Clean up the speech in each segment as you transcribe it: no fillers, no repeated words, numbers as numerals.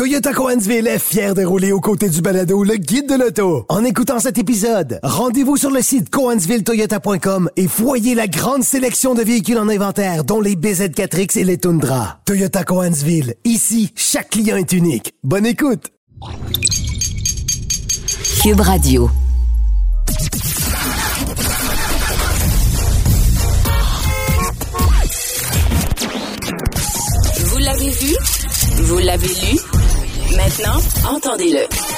Toyota Cohensville est fier de rouler aux côtés du balado Le Guide de l'auto. En écoutant cet épisode, rendez-vous sur le site cohensvilletoyota.com et voyez la grande sélection de véhicules en inventaire, dont les BZ4X et les Tundra. Toyota Cohensville. Ici, chaque client est unique. Bonne écoute! Cube Radio. Vous l'avez vu? Vous l'avez lu? Maintenant, entendez-le.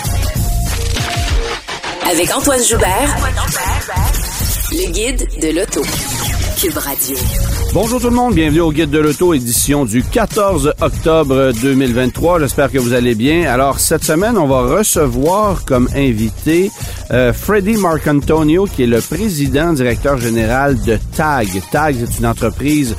Avec Antoine Joubert, le guide de l'auto. Cube Radio. Bonjour tout le monde, bienvenue au Guide de l'auto, édition du 14 octobre 2023. J'espère que vous allez bien. Alors, cette semaine, on va recevoir comme invité Freddie Marcantonio, qui est le président directeur général de TAG. TAG, c'est une entreprise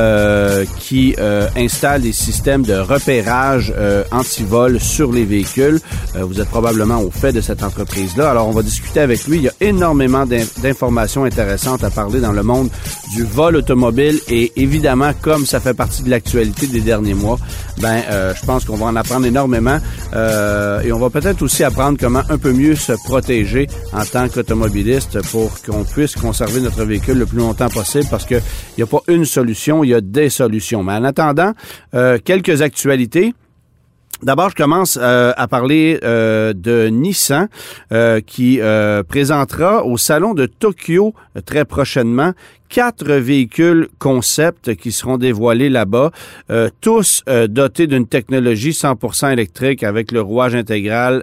qui installe des systèmes de repérage anti-vol sur les véhicules. Vous êtes probablement au fait de cette entreprise-là. Alors, on va discuter avec lui. Il y a énormément d'informations intéressantes à parler dans le monde du vol automobile et évidemment, comme ça fait partie de l'actualité des derniers mois, je pense qu'on va en apprendre énormément et on va peut-être aussi apprendre comment un peu mieux se protéger en tant qu'automobiliste pour qu'on puisse conserver notre véhicule le plus longtemps possible parce qu'il n'y a pas une solution, il y a des solutions. Mais en attendant, quelques actualités. D'abord, je commence à parler de Nissan qui présentera au Salon de Tokyo très prochainement 4 véhicules concept qui seront dévoilés là-bas, tous dotés d'une technologie 100% électrique avec le rouage intégral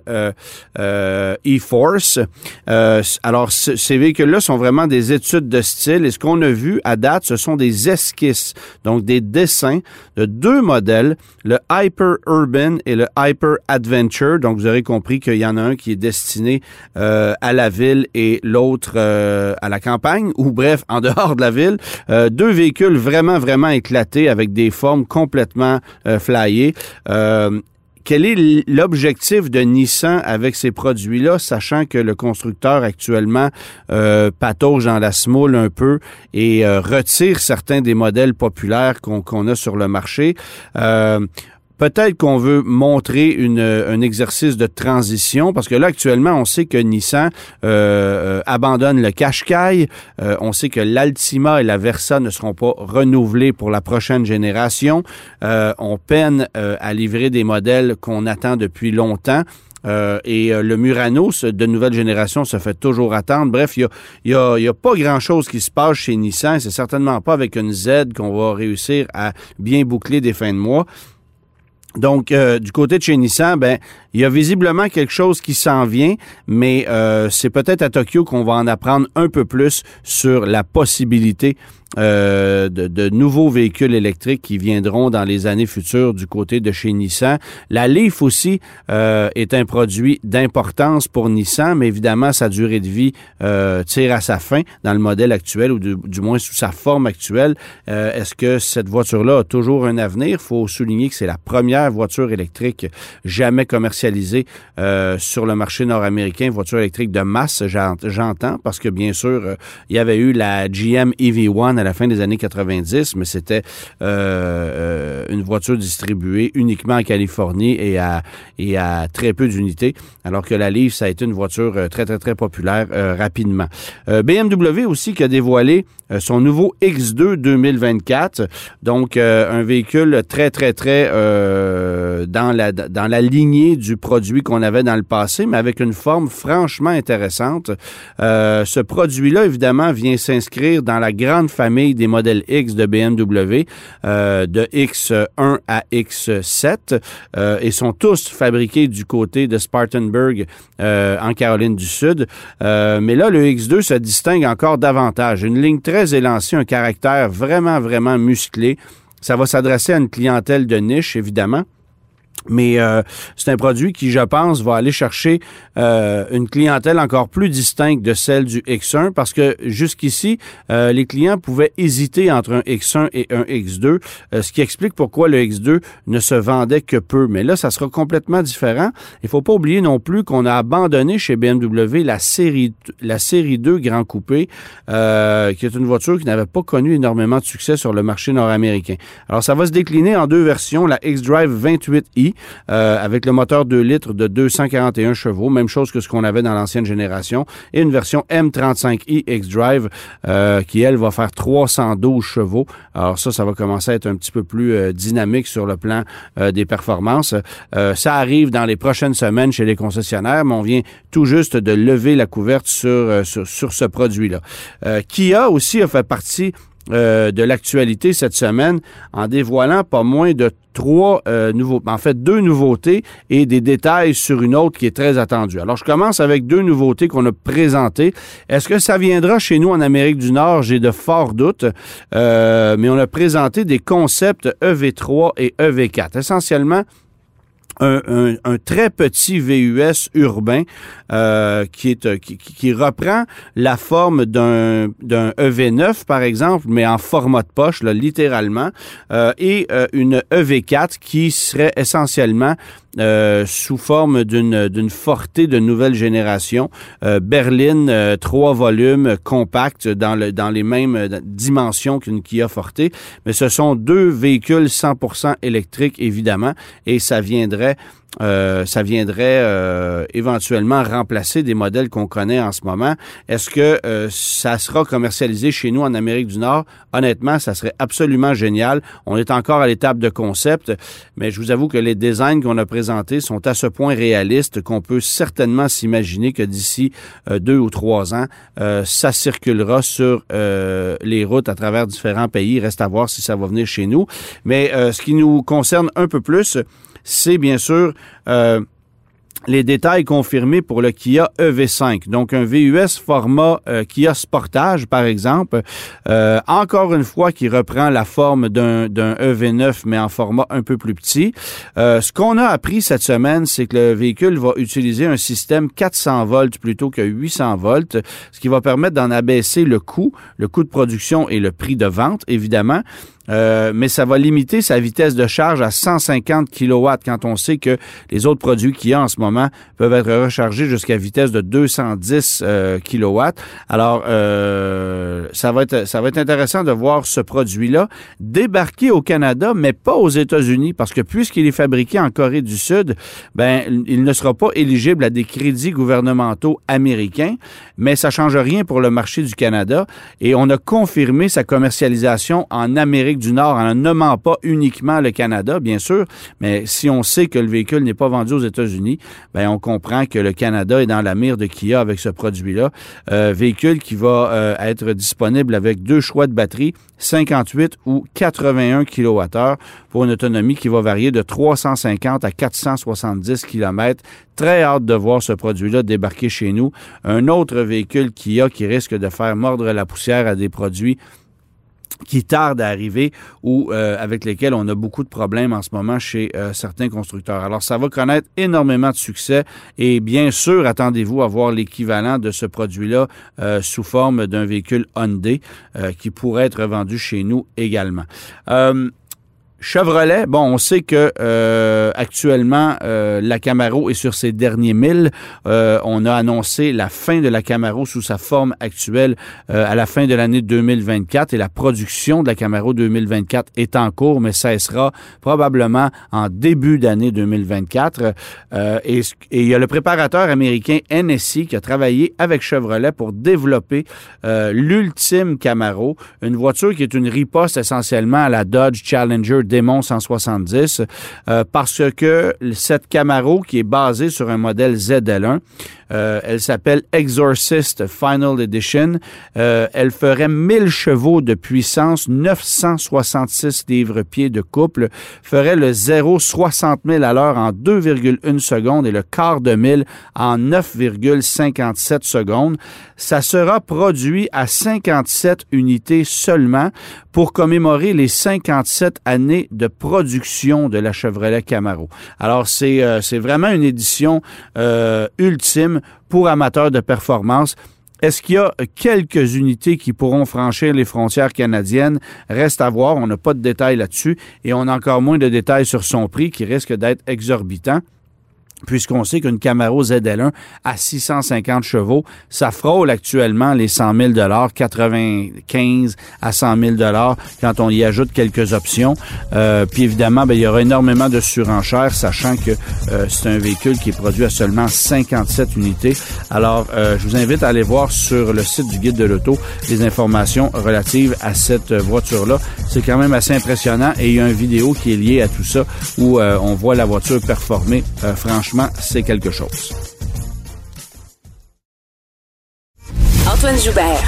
e-Force. Alors, ces véhicules-là sont vraiment des études de style et ce qu'on a vu à date, ce sont des esquisses, donc des dessins de 2 modèles, le Hyper Urban et le Hyper Adventure. Donc, vous aurez compris qu'il y en a un qui est destiné à la ville et l'autre à la campagne, ou bref, en dehors de la ville. 2 véhicules vraiment, vraiment éclatés avec des formes complètement flyées. Quel est l'objectif de Nissan avec ces produits-là, sachant que le constructeur actuellement patauge dans la semoule un peu et retire certains des modèles populaires qu'on a sur le marché? Peut-être qu'on veut montrer un exercice de transition, parce que là, actuellement, on sait que Nissan abandonne le Qashqai. On sait que l'Altima et la Versa ne seront pas renouvelés pour la prochaine génération. On peine à livrer des modèles qu'on attend depuis longtemps. Et le Murano de nouvelle génération se fait toujours attendre. Bref, il y a pas grand-chose qui se passe chez Nissan. C'est certainement pas avec une Z qu'on va réussir à bien boucler des fins de mois. Donc, du côté de chez Nissan, il y a visiblement quelque chose qui s'en vient, mais c'est peut-être à Tokyo qu'on va en apprendre un peu plus sur la possibilité de nouveaux véhicules électriques qui viendront dans les années futures du côté de chez Nissan. La Leaf aussi est un produit d'importance pour Nissan, mais évidemment, sa durée de vie tire à sa fin dans le modèle actuel, ou du moins sous sa forme actuelle. Est-ce que cette voiture-là a toujours un avenir? Il faut souligner que c'est la première voiture électrique jamais commercialisée sur le marché nord-américain, voiture électrique de masse, j'entends, parce que bien sûr, il y avait eu la GM EV1 à la fin des années 90, mais c'était une voiture distribuée uniquement en Californie et à très peu d'unités, alors que la Leaf, ça a été une voiture très, très, très populaire rapidement. BMW aussi qui a dévoilé son nouveau X2 2024, donc un véhicule très, très, très dans la lignée du produit qu'on avait dans le passé, mais avec une forme franchement intéressante. Ce produit-là, évidemment, vient s'inscrire dans la grande famille des modèles X de BMW, de X1 à X7, et sont tous fabriqués du côté de Spartanburg, en Caroline du Sud. Mais là, le X2 se distingue encore davantage. Une ligne très élancée, un caractère vraiment, vraiment musclé. Ça va s'adresser à une clientèle de niche, évidemment. Mais c'est un produit qui, je pense, va aller chercher une clientèle encore plus distincte de celle du X1 parce que jusqu'ici, les clients pouvaient hésiter entre un X1 et un X2, ce qui explique pourquoi le X2 ne se vendait que peu. Mais là, ça sera complètement différent. Il faut pas oublier non plus qu'on a abandonné chez BMW la série 2 Grand Coupé, qui est une voiture qui n'avait pas connu énormément de succès sur le marché nord-américain. Alors, ça va se décliner en deux versions, la X-Drive 28i, avec le moteur 2 litres de 241 chevaux, même chose que ce qu'on avait dans l'ancienne génération, et une version M35i xDrive qui, elle, va faire 312 chevaux. Alors ça va commencer à être un petit peu plus dynamique sur le plan des performances. Ça arrive dans les prochaines semaines chez les concessionnaires, mais on vient tout juste de lever la couverte sur ce produit-là. Kia aussi a fait partie de l'actualité cette semaine en dévoilant pas moins de deux nouveautés et des détails sur une autre qui est très attendue. Alors, je commence avec 2 nouveautés qu'on a présentées. Est-ce que ça viendra chez nous en Amérique du Nord? J'ai de forts doutes, mais on a présenté des concepts EV3 et EV4. Essentiellement, un très petit VUS urbain qui reprend la forme d'un EV9 par exemple, mais en format de poche là, littéralement, et une EV4 qui serait essentiellement sous forme d'une Forte de nouvelle génération, berline, 3 volumes, compacte dans les mêmes dimensions qu'une Kia Forte, mais ce sont 2 véhicules 100% électriques évidemment, et ça viendrait éventuellement remplacer des modèles qu'on connaît en ce moment. Est-ce que ça sera commercialisé chez nous en Amérique du Nord? Honnêtement, ça serait absolument génial. On est encore à l'étape de concept, mais je vous avoue que les designs qu'on a présentés sont à ce point réalistes qu'on peut certainement s'imaginer que d'ici 2 ou 3 ans, ça circulera sur les routes à travers différents pays. Il reste à voir si ça va venir chez nous. Mais ce qui nous concerne un peu plus, c'est bien sûr les détails confirmés pour le Kia EV5. Donc, un VUS format Kia Sportage, par exemple. Encore une fois, qui reprend la forme d'un EV9, mais en format un peu plus petit. Ce qu'on a appris cette semaine, c'est que le véhicule va utiliser un système 400 volts plutôt que 800 volts, ce qui va permettre d'en abaisser le coût de production et le prix de vente, évidemment. Mais ça va limiter sa vitesse de charge à 150 kW quand on sait que les autres produits qu'il y a en ce moment peuvent être rechargés jusqu'à vitesse de 210 kW. Alors, ça va être intéressant de voir ce produit-là débarquer au Canada, mais pas aux États-Unis, parce que puisqu'il est fabriqué en Corée du Sud, il ne sera pas éligible à des crédits gouvernementaux américains, mais ça change rien pour le marché du Canada. Et on a confirmé sa commercialisation en Amérique du Nord, en nommant pas uniquement le Canada, bien sûr, mais si on sait que le véhicule n'est pas vendu aux États-Unis, on comprend que le Canada est dans la mire de Kia avec ce produit-là. Véhicule qui va être disponible avec 2 choix de batterie, 58 ou 81 kWh pour une autonomie qui va varier de 350 à 470 km. Très hâte de voir ce produit-là débarquer chez nous. Un autre véhicule Kia qui risque de faire mordre la poussière à des produits qui tardent à arriver ou avec lesquels on a beaucoup de problèmes en ce moment chez certains constructeurs. Alors, ça va connaître énormément de succès et bien sûr, attendez-vous à voir l'équivalent de ce produit-là sous forme d'un véhicule Hyundai qui pourrait être vendu chez nous également. Chevrolet, on sait que actuellement la Camaro est sur ses derniers milles. On a annoncé la fin de la Camaro sous sa forme actuelle à la fin de l'année 2024 et la production de la Camaro 2024 est en cours, mais cessera probablement en début d'année 2024. Et il y a le préparateur américain NSI qui a travaillé avec Chevrolet pour développer l'ultime Camaro, une voiture qui est une riposte essentiellement à la Dodge Challenger Demon 170 parce que cette Camaro qui est basée sur un modèle ZL1, elle s'appelle Exorcist Final Edition. Elle ferait 1000 chevaux de puissance, 966 livres-pieds de couple, ferait le 0-60 000 à l'heure en 2,1 secondes et le quart de mille en 9,57 secondes. Ça sera produit à 57 unités seulement pour commémorer les 57 années de production de la Chevrolet Camaro. Alors, c'est vraiment une édition ultime pour amateurs de performance. Est-ce qu'il y a quelques unités qui pourront franchir les frontières canadiennes? Reste à voir, on n'a pas de détails là-dessus et on a encore moins de détails sur son prix qui risque d'être exorbitant. puisqu'on sait qu'une Camaro ZL1 à 650 chevaux, ça frôle actuellement les 100 000 $, 95 à 100 000 $ quand on y ajoute quelques options. Puis évidemment, il y aura énormément de surenchères, sachant que c'est un véhicule qui est produit à seulement 57 unités. Alors, je vous invite à aller voir sur le site du Guide de l'Auto les informations relatives à cette voiture-là. C'est quand même assez impressionnant et il y a une vidéo qui est liée à tout ça où on voit la voiture performer. Franchement, c'est quelque chose. Antoine Joubert.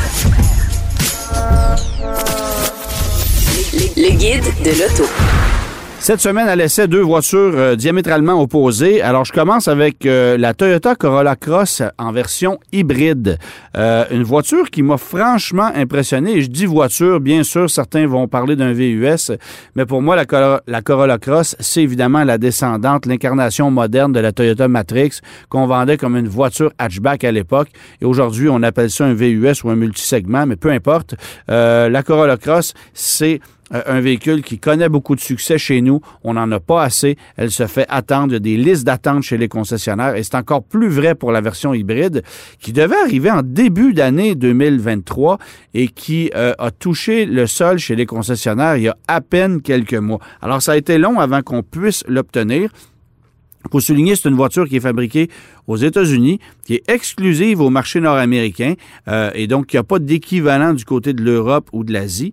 Le guide de l'auto. Cette semaine, elle essaie deux voitures diamétralement opposées. Alors, je commence avec la Toyota Corolla Cross en version hybride. Une voiture qui m'a franchement impressionné. Et je dis voiture, bien sûr, certains vont parler d'un VUS, mais pour moi, la Corolla Cross, c'est évidemment la descendante, l'incarnation moderne de la Toyota Matrix qu'on vendait comme une voiture hatchback à l'époque. Et aujourd'hui, on appelle ça un VUS ou un multisegment, mais peu importe. La Corolla Cross, c'est un véhicule qui connaît beaucoup de succès chez nous. On n'en a pas assez. Elle se fait attendre. Il y a des listes d'attente chez les concessionnaires et c'est encore plus vrai pour la version hybride qui devait arriver en début d'année 2023 et qui a touché le sol chez les concessionnaires il y a à peine quelques mois. Alors, ça a été long avant qu'on puisse l'obtenir. Il faut souligner, c'est une voiture qui est fabriquée aux États-Unis, qui est exclusive au marché nord-américain et donc qui n'a pas d'équivalent du côté de l'Europe ou de l'Asie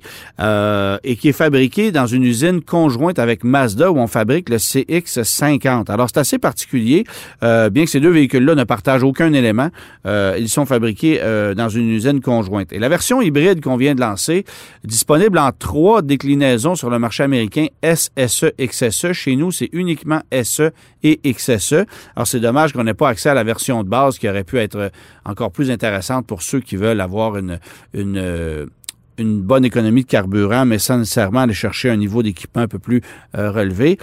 et qui est fabriquée dans une usine conjointe avec Mazda où on fabrique le CX-50. Alors, c'est assez particulier, bien que ces deux véhicules-là ne partagent aucun élément. Ils sont fabriqués dans une usine conjointe. Et la version hybride qu'on vient de lancer, disponible en 3 déclinaisons sur le marché américain, S, SE, XSE. Chez nous, c'est uniquement SE et XSE. Alors, c'est dommage qu'on n'ait pas accès à la version de base qui aurait pu être encore plus intéressante pour ceux qui veulent avoir une bonne économie de carburant, mais sans nécessairement aller chercher un niveau d'équipement un peu plus relevé.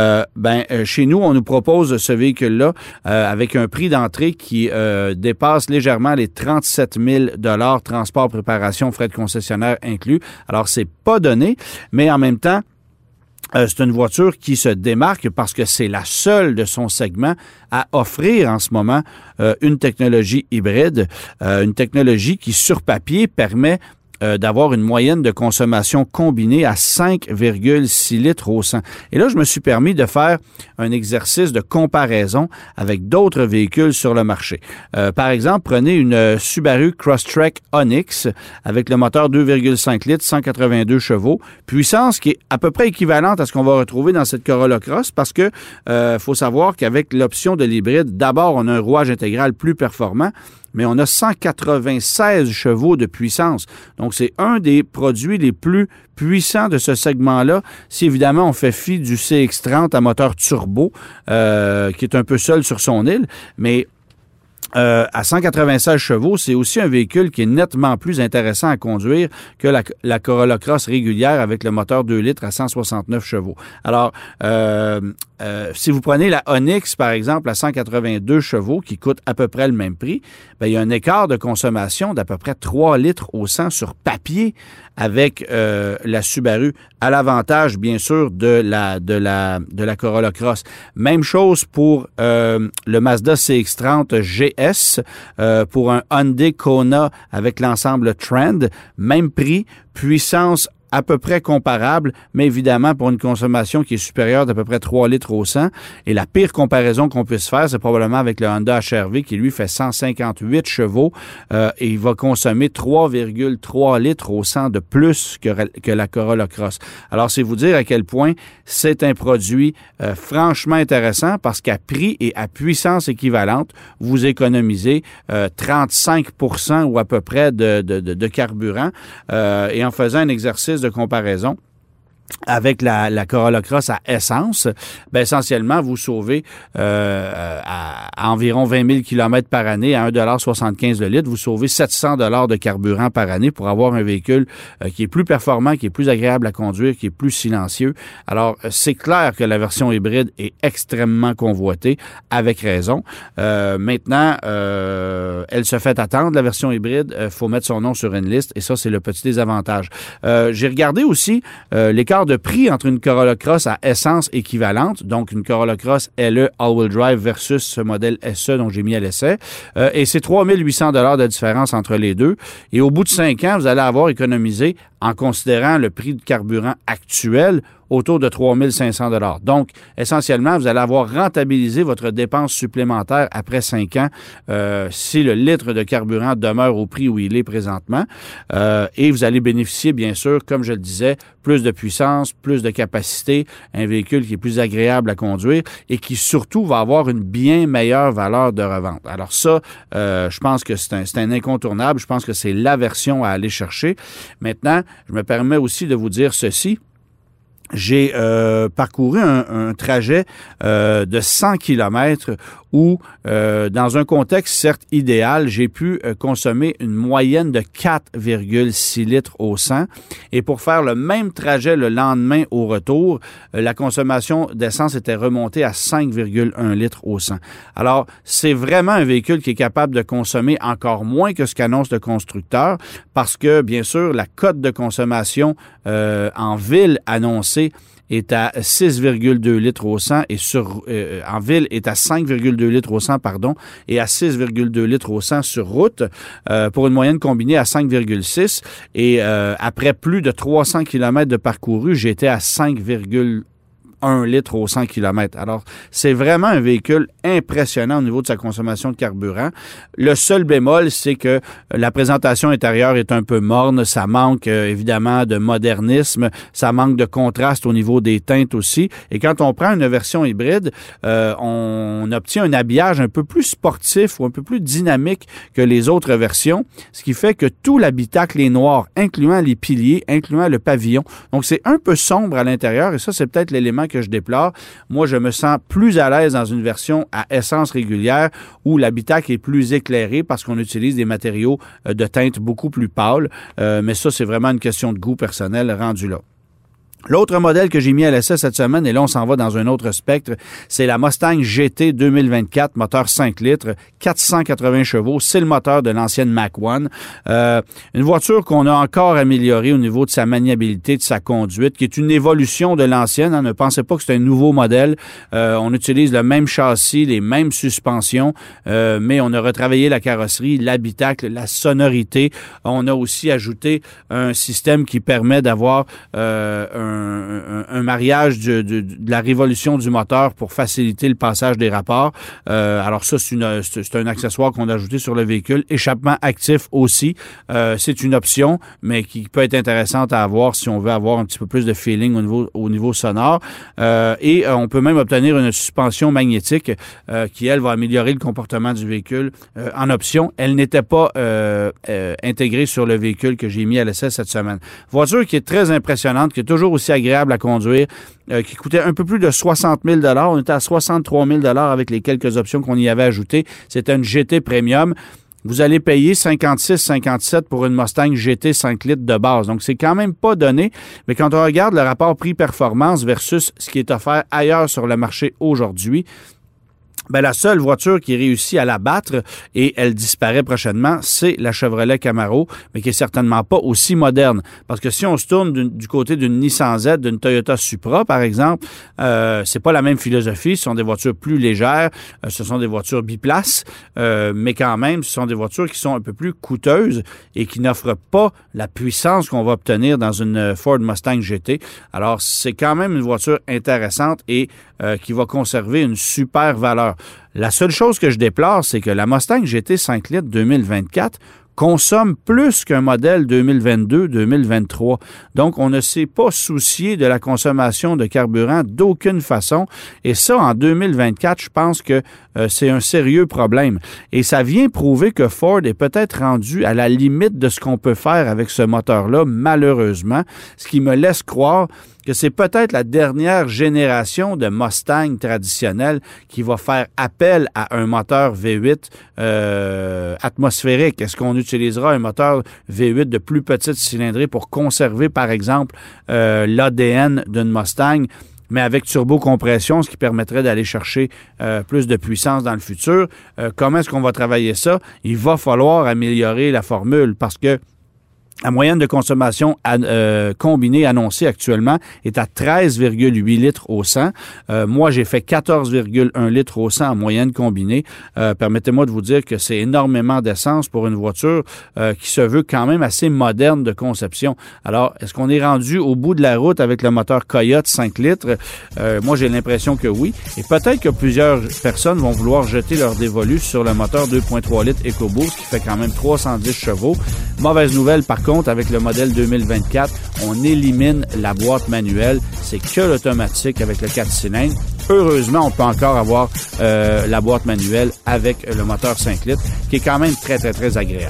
Chez nous, on nous propose ce véhicule-là avec un prix d'entrée qui dépasse légèrement les 37 000 $, transport, préparation, frais de concessionnaire inclus. Alors, c'est pas donné, mais en même temps, c'est une voiture qui se démarque parce que c'est la seule de son segment à offrir en ce moment une technologie hybride, une technologie qui, sur papier, permet d'avoir une moyenne de consommation combinée à 5,6 litres au 100. Et là, je me suis permis de faire un exercice de comparaison avec d'autres véhicules sur le marché. Par exemple, prenez une Subaru Crosstrek Onyx avec le moteur 2,5 litres, 182 chevaux, puissance qui est à peu près équivalente à ce qu'on va retrouver dans cette Corolla Cross parce que faut savoir qu'avec l'option de l'hybride, d'abord, on a un rouage intégral plus performant, mais on a 196 chevaux de puissance. Donc, c'est un des produits les plus puissants de ce segment-là. Si, évidemment, on fait fi du CX-30 à moteur turbo, qui est un peu seul sur son île, mais à 196 chevaux, c'est aussi un véhicule qui est nettement plus intéressant à conduire que la Corolla Cross régulière avec le moteur 2 litres à 169 chevaux. Alors, si vous prenez la Onyx, par exemple, à 182 chevaux, qui coûte à peu près le même prix, il y a un écart de consommation d'à peu près 3 litres au 100 sur papier avec la Subaru, à l'avantage, bien sûr, de la Corolla Cross. Même chose pour le Mazda CX-30 GS, pour un Hyundai Kona avec l'ensemble Trend, même prix, puissance à peu près comparable, mais évidemment pour une consommation qui est supérieure d'à peu près 3 litres au 100. Et la pire comparaison qu'on puisse faire, c'est probablement avec le Honda HR-V qui, lui, fait 158 chevaux et il va consommer 3,3 litres au 100 de plus que la Corolla Cross. Alors, c'est vous dire à quel point c'est un produit franchement intéressant parce qu'à prix et à puissance équivalente, vous économisez 35 % ou à peu près de carburant. Et en faisant un exercice de comparaison avec la Corolla Cross à essence, essentiellement, vous sauvez à environ 20 000 km par année à 1,75 $ le litre, vous sauvez 700 $ de carburant par année pour avoir un véhicule qui est plus performant, qui est plus agréable à conduire, qui est plus silencieux. Alors, c'est clair que la version hybride est extrêmement convoitée, avec raison. Maintenant, elle se fait attendre, la version hybride. Faut mettre son nom sur une liste et ça, c'est le petit désavantage. J'ai regardé aussi l'écart l'écart de prix entre une Corolla Cross à essence équivalente, donc une Corolla Cross LE All-Wheel Drive versus ce modèle SE dont j'ai mis à l'essai, et c'est 3 800 $ de différence entre les deux. Et au bout de 5 ans, vous allez avoir économisé, en considérant le prix de carburant actuel, autour de 3 500 $. Donc, essentiellement, vous allez avoir rentabilisé votre dépense supplémentaire après 5 ans si le litre de carburant demeure au prix où il est présentement. Et vous allez bénéficier, bien sûr, comme je le disais, plus de puissance, plus de capacité, un véhicule qui est plus agréable à conduire et qui surtout va avoir une bien meilleure valeur de revente. Alors ça, je pense que c'est un incontournable. Je pense que c'est la version à aller chercher. Maintenant, je me permets aussi de vous dire ceci. J'ai parcouru un trajet de 100 km où, dans un contexte certes idéal, j'ai pu consommer une moyenne de 4,6 litres au 100. Et pour faire le même trajet le lendemain au retour, la consommation d'essence était remontée à 5,1 litres au 100. Alors, c'est vraiment un véhicule qui est capable de consommer encore moins que ce qu'annonce le constructeur parce que, bien sûr, la cote de consommation en ville annoncée est à 6,2 litres au 100 et en ville est à 5,2 litres au 100, et à 6,2 litres au 100 sur route pour une moyenne combinée à 5,6. Et après plus de 300 km de parcouru, j'étais à 5,1 litre au 100 km. Alors, c'est vraiment un véhicule impressionnant au niveau de sa consommation de carburant. Le seul bémol, c'est que la présentation intérieure est un peu morne. Ça manque évidemment de modernisme. Ça manque de contraste au niveau des teintes aussi. Et quand on prend une version hybride, on obtient un habillage un peu plus sportif ou un peu plus dynamique que les autres versions, ce qui fait que tout l'habitacle est noir, incluant les piliers, incluant le pavillon. Donc, c'est un peu sombre à l'intérieur et ça, c'est peut-être l'élément que je déplore. Moi, je me sens plus à l'aise dans une version à essence régulière où l'habitacle est plus éclairé parce qu'on utilise des matériaux de teinte beaucoup plus pâles. Mais ça, c'est vraiment une question de goût personnel rendu là. L'autre modèle que j'ai mis à l'essai cette semaine, et là on s'en va dans un autre spectre, c'est la Mustang GT 2024, moteur 5 litres, 480 chevaux. C'est le moteur de l'ancienne Mach-1. Une voiture qu'on a encore améliorée au niveau de sa maniabilité, de sa conduite, qui est une évolution de l'ancienne. Ne pensez pas que c'est un nouveau modèle. On utilise le même châssis, les mêmes suspensions, mais on a retravaillé la carrosserie, l'habitacle, la sonorité. On a aussi ajouté un système qui permet d'avoir un mariage de la révolution du moteur pour faciliter le passage des rapports. Alors ça, c'est un accessoire qu'on a ajouté sur le véhicule. Échappement actif aussi. C'est une option, mais qui peut être intéressante à avoir si on veut avoir un petit peu plus de feeling au niveau sonore. Et on peut même obtenir une suspension magnétique qui, elle, va améliorer le comportement du véhicule en option. Elle n'était pas intégrée sur le véhicule que j'ai mis à l'essai cette semaine. Voiture qui est très impressionnante, qui est toujours aussi agréable à conduire, qui coûtait un peu plus de 60 000 $. On était à 63 000 $ avec les quelques options qu'on y avait ajoutées. C'était une GT Premium. Vous allez payer 56-57 pour une Mustang GT 5 litres de base. Donc, c'est quand même pas donné. Mais quand on regarde le rapport prix-performance versus ce qui est offert ailleurs sur le marché aujourd'hui, ben, la seule voiture qui réussit à la battre, et elle disparaît prochainement, c'est la Chevrolet Camaro, mais qui est certainement pas aussi moderne. Parce que si on se tourne du côté d'une Nissan Z, d'une Toyota Supra, par exemple, c'est pas la même philosophie. Ce sont des voitures plus légères, ce sont des voitures biplaces, mais quand même, ce sont des voitures qui sont un peu plus coûteuses et qui n'offrent pas la puissance qu'on va obtenir dans une Ford Mustang GT. Alors, c'est quand même une voiture intéressante et qui va conserver une super valeur. La seule chose que je déplore, c'est que la Mustang GT 5 litres 2024 consomme plus qu'un modèle 2022-2023. Donc, on ne s'est pas soucié de la consommation de carburant d'aucune façon. Et ça, en 2024, je pense que c'est un sérieux problème. Et ça vient prouver que Ford est peut-être rendu à la limite de ce qu'on peut faire avec ce moteur-là, malheureusement, ce qui me laisse croire que c'est peut-être la dernière génération de Mustang traditionnelle qui va faire appel à un moteur V8 atmosphérique. Est-ce qu'on utilisera un moteur V8 de plus petite cylindrée pour conserver, par exemple, l'ADN d'une Mustang, mais avec turbocompression, ce qui permettrait d'aller chercher plus de puissance dans le futur? Comment est-ce qu'on va travailler ça? Il va falloir améliorer la formule parce que La moyenne de consommation combinée annoncée actuellement est à 13,8 litres au 100. Moi, j'ai fait 14,1 litres au 100 en moyenne combinée. Permettez-moi de vous dire que c'est énormément d'essence pour une voiture qui se veut quand même assez moderne de conception. Alors, est-ce qu'on est rendu au bout de la route avec le moteur Coyote 5 litres? Moi, j'ai l'impression que oui. Et peut-être que plusieurs personnes vont vouloir jeter leur dévolu sur le moteur 2.3 litres EcoBoost qui fait quand même 310 chevaux. Mauvaise nouvelle, par contre, avec le modèle 2024, on élimine la boîte manuelle. C'est que l'automatique avec le 4 cylindres. Heureusement, on peut encore avoir la boîte manuelle avec le moteur 5 litres, qui est quand même très, très, très agréable.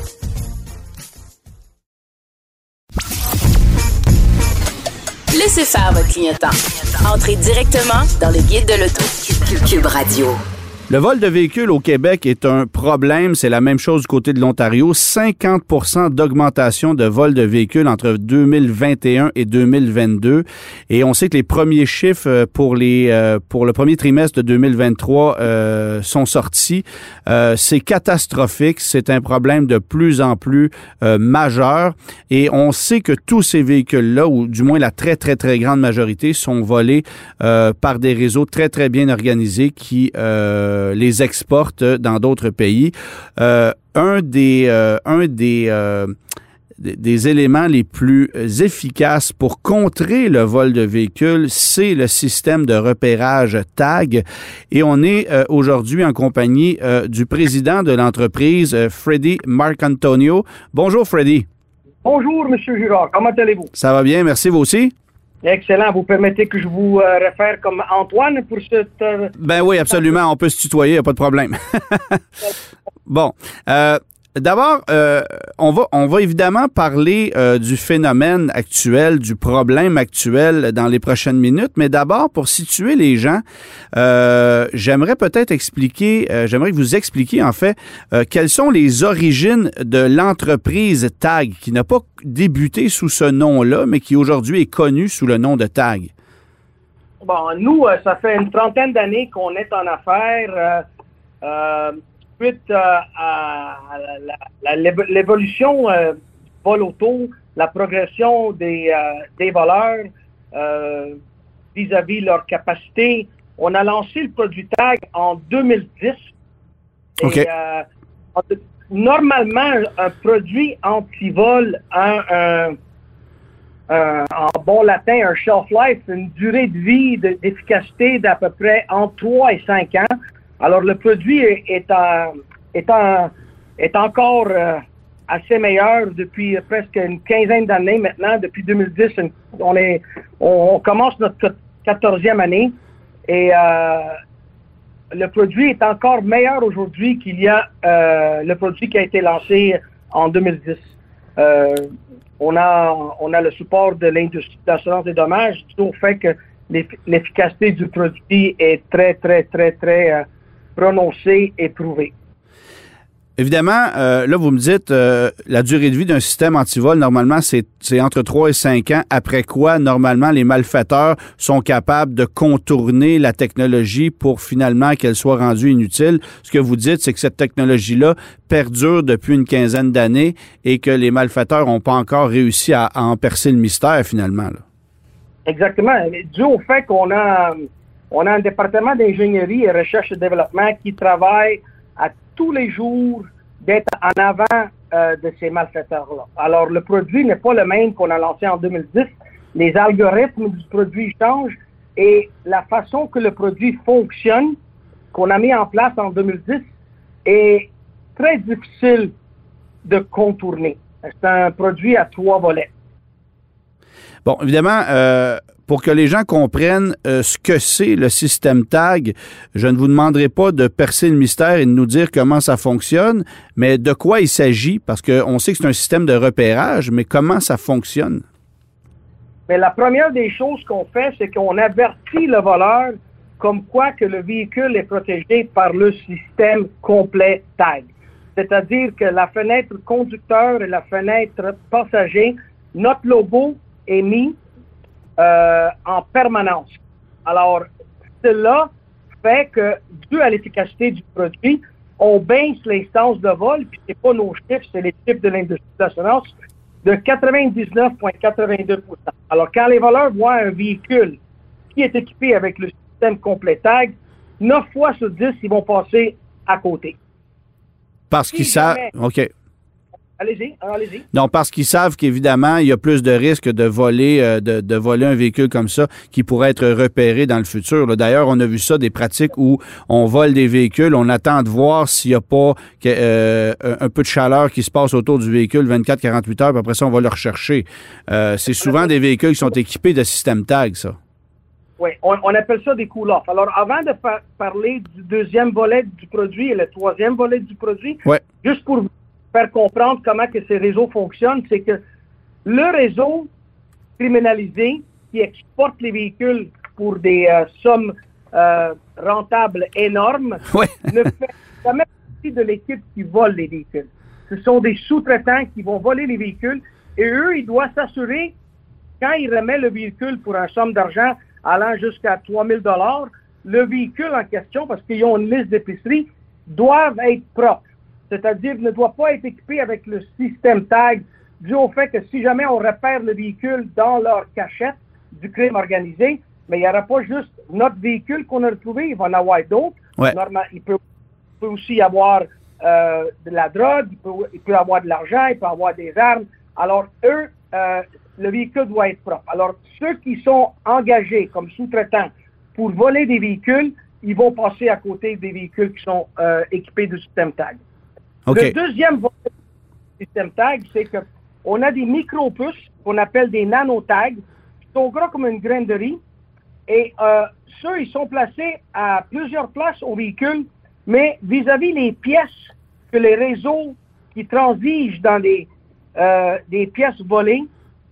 Laissez faire votre clignotant. Entrez directement dans le guide de l'auto. Cube Radio. Le vol de véhicules au Québec est un problème. C'est la même chose du côté de l'Ontario. 50% d'augmentation de vol de véhicules entre 2021 et 2022. Et on sait que les premiers chiffres pour le premier trimestre de 2023 sont sortis. C'est catastrophique. C'est un problème de plus en plus majeur. Et on sait que tous ces véhicules-là, ou du moins la très, très, très grande majorité, sont volés par des réseaux très, très bien organisés qui les exportent dans d'autres pays. Un des éléments les plus efficaces pour contrer le vol de véhicules, c'est le système de repérage TAG. Et on est aujourd'hui en compagnie du président de l'entreprise, Freddy Marcantonio. Bonjour, Freddy. Bonjour, M. Girard. Comment allez-vous? Ça va bien, merci, vous aussi? Excellent. Vous permettez que je vous réfère comme Antoine pour cette... Ben oui, absolument. On peut se tutoyer, il n'y a pas de problème. Bon. D'abord, on va évidemment parler du phénomène actuel, du problème actuel dans les prochaines minutes, mais d'abord, pour situer les gens, j'aimerais que vous expliquiez en fait quelles sont les origines de l'entreprise TAG, qui n'a pas débuté sous ce nom-là, mais qui aujourd'hui est connue sous le nom de TAG. Bon, nous, ça fait une trentaine d'années qu'on est en affaires. Suite à l'évolution du vol auto, la progression des voleurs vis-à-vis leur capacité, on a lancé le produit TAG en 2010. Okay. Et, normalement, un produit anti-vol a en bon latin, un shelf life, une durée de vie d'efficacité d'à peu près entre 3 et 5 ans. Alors, le produit est encore assez meilleur depuis presque une quinzaine d'années maintenant. Depuis 2010, on commence notre 14e année et le produit est encore meilleur aujourd'hui qu'il y a le produit qui a été lancé en 2010. On a le support de l'industrie d'assurance des dommages dû au fait que l'efficacité du produit est très, très, très, très prononcé et prouvé. Évidemment, là, vous me dites, la durée de vie d'un système antivol, normalement, c'est entre 3 et 5 ans, après quoi, normalement, les malfaiteurs sont capables de contourner la technologie pour finalement qu'elle soit rendue inutile. Ce que vous dites, c'est que cette technologie-là perdure depuis une quinzaine d'années et que les malfaiteurs n'ont pas encore réussi à en percer le mystère, finalement. Là. Exactement. Dû au fait qu'on a un département d'ingénierie et recherche et développement qui travaille à tous les jours d'être en avant de ces malfaiteurs-là. Alors, le produit n'est pas le même qu'on a lancé en 2010. Les algorithmes du produit changent et la façon que le produit fonctionne, qu'on a mis en place en 2010, est très difficile de contourner. C'est un produit à 3 volets. Bon, évidemment, pour que les gens comprennent ce que c'est le système TAG, je ne vous demanderai pas de percer le mystère et de nous dire comment ça fonctionne, mais de quoi il s'agit, parce qu'on sait que c'est un système de repérage, mais comment ça fonctionne? Mais la première des choses qu'on fait, c'est qu'on avertit le voleur comme quoi que le véhicule est protégé par le système complet TAG. C'est-à-dire que la fenêtre conducteur et la fenêtre passager, notre logo est mis en permanence. Alors, cela fait que, dû à l'efficacité du produit, on baisse l'instance de vol, puis c'est pas nos chiffres, c'est les chiffres de l'industrie d'assurance, de 99,82%. Alors, quand les voleurs voient un véhicule qui est équipé avec le système complet tag, 9 fois sur 10, ils vont passer à côté. Parce qu'ils savent... OK. Allez-y. Non, parce qu'ils savent qu'évidemment, il y a plus de risques de voler de voler un véhicule comme ça qui pourrait être repéré dans le futur. Là. D'ailleurs, on a vu ça, des pratiques où on vole des véhicules, on attend de voir s'il n'y a pas un peu de chaleur qui se passe autour du véhicule 24-48 heures, puis après ça, on va le rechercher. C'est souvent des véhicules qui sont équipés de système tag, ça. Oui, on appelle ça des cool-off. Alors, avant de parler du deuxième volet du produit et le troisième volet du produit, juste pour faire comprendre comment que ces réseaux fonctionnent, c'est que le réseau criminalisé qui exporte les véhicules pour des sommes rentables énormes ne fait jamais partie de l'équipe qui vole les véhicules. Ce sont des sous-traitants qui vont voler les véhicules et eux, ils doivent s'assurer, quand ils remettent le véhicule pour une somme d'argent allant jusqu'à 3 000 $, le véhicule en question, parce qu'ils ont une liste d'épicerie, doivent être propres. C'est-à-dire ne doit pas être équipé avec le système tag, dû au fait que si jamais on repère le véhicule dans leur cachette du crime organisé, mais il n'y aura pas juste notre véhicule qu'on a retrouvé, il va en avoir d'autres. Ouais. Il peut aussi y avoir de la drogue, il peut avoir de l'argent, il peut avoir des armes. Alors, eux, le véhicule doit être propre. Alors, ceux qui sont engagés comme sous-traitants pour voler des véhicules, ils vont passer à côté des véhicules qui sont équipés du système tag. Okay. Le deuxième volet du système tag, c'est qu'on a des micro-puces qu'on appelle des nano-tags qui sont gros comme une graine de riz. Et ceux, ils sont placés à plusieurs places au véhicule, mais vis-à-vis les pièces que les réseaux qui transigent dans des pièces volées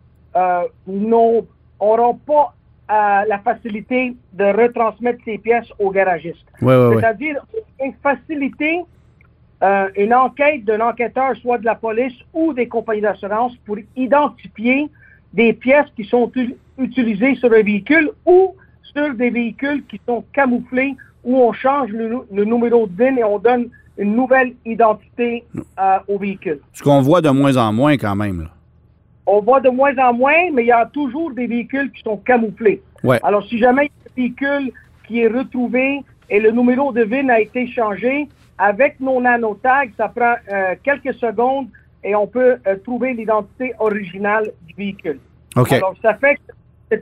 n'auront pas la facilité de retransmettre ces pièces aux garagistes. C'est-à-dire une facilité une enquête d'un enquêteur, soit de la police ou des compagnies d'assurance, pour identifier des pièces qui sont utilisées sur un véhicule ou sur des véhicules qui sont camouflés, où on change le numéro de VIN et on donne une nouvelle identité au véhicule. Ce qu'on voit de moins en moins quand même. Là. On voit de moins en moins, mais il y a toujours des véhicules qui sont camouflés. Ouais. Alors, si jamais il y a un véhicule qui est retrouvé et le numéro de VIN a été changé, avec nos nanotags, ça prend quelques secondes et on peut trouver l'identité originale du véhicule. Okay. Alors, ça fait que c'est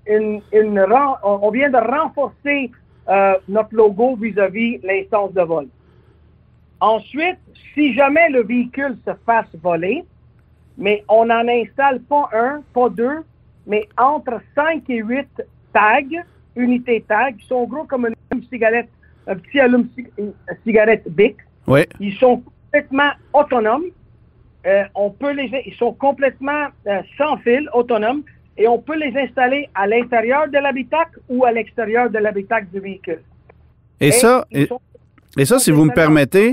on vient de renforcer notre logo vis-à-vis l'instance de vol. Ensuite, si jamais le véhicule se fasse voler, mais on n'en installe pas un, pas deux, mais entre 5 et 8 tags, unités tags, qui sont gros comme une cigarette, un petit allume-cigarette Bic. Oui. Ils sont complètement autonomes. Ils sont complètement sans fil, autonomes, et on peut les installer à l'intérieur de l'habitacle ou à l'extérieur de l'habitacle du véhicule. Et ça, si vous me permettez,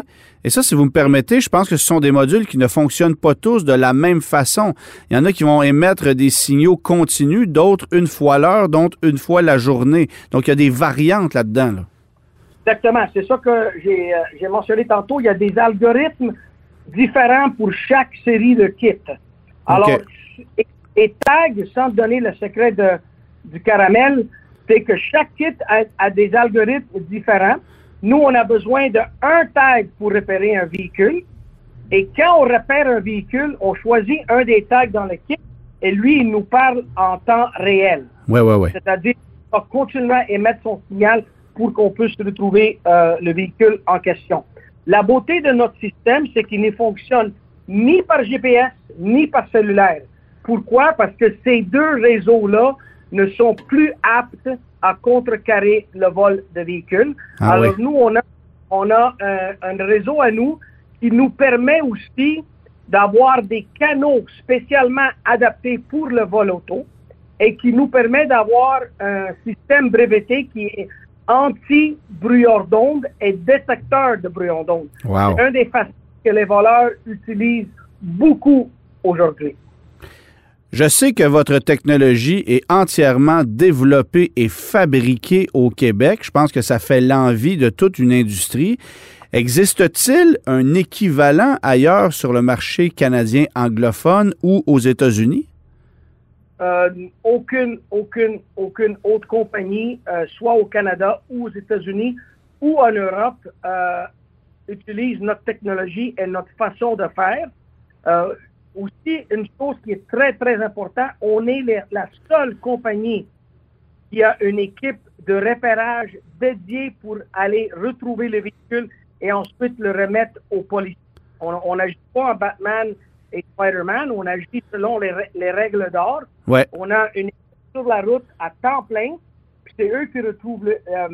je pense que ce sont des modules qui ne fonctionnent pas tous de la même façon. Il y en a qui vont émettre des signaux continus, d'autres une fois l'heure, d'autres une fois la journée. Donc, il y a des variantes là-dedans. Là. Exactement. C'est ça que j'ai mentionné tantôt. Il y a des algorithmes différents pour chaque série de kits. Alors, et tag, sans donner le secret du caramel, c'est que chaque kit a des algorithmes différents. Nous, on a besoin d'un tag pour repérer un véhicule. Et quand on repère un véhicule, on choisit un des tags dans le kit et lui, il nous parle en temps réel. Oui. C'est-à-dire qu'il va continuellement émettre son signal pour qu'on puisse retrouver le véhicule en question. La beauté de notre système, c'est qu'il ne fonctionne ni par GPS, ni par cellulaire. Pourquoi? Parce que ces deux réseaux-là ne sont plus aptes à contrecarrer le vol de véhicules. Alors, nous, on a un réseau à nous qui nous permet aussi d'avoir des canaux spécialement adaptés pour le vol auto et qui nous permet d'avoir un système breveté qui est anti-brouillard d'onde et détecteur de brouillard d'onde. Wow. C'est un des façons que les voleurs utilisent beaucoup aujourd'hui. Je sais que votre technologie est entièrement développée et fabriquée au Québec. Je pense que ça fait l'envie de toute une industrie. Existe-t-il un équivalent ailleurs sur le marché canadien anglophone ou aux États-Unis? Aucune autre compagnie, soit au Canada ou aux États-Unis ou en Europe, utilise notre technologie et notre façon de faire. Aussi, une chose qui est très, très importante, on est la seule compagnie qui a une équipe de repérage dédiée pour aller retrouver le véhicule et ensuite le remettre aux policiers. On n'agit pas en Batman et Spider-Man, on agit selon les règles d'or. Ouais. On a une équipe sur la route à temps plein, puis c'est eux qui retrouvent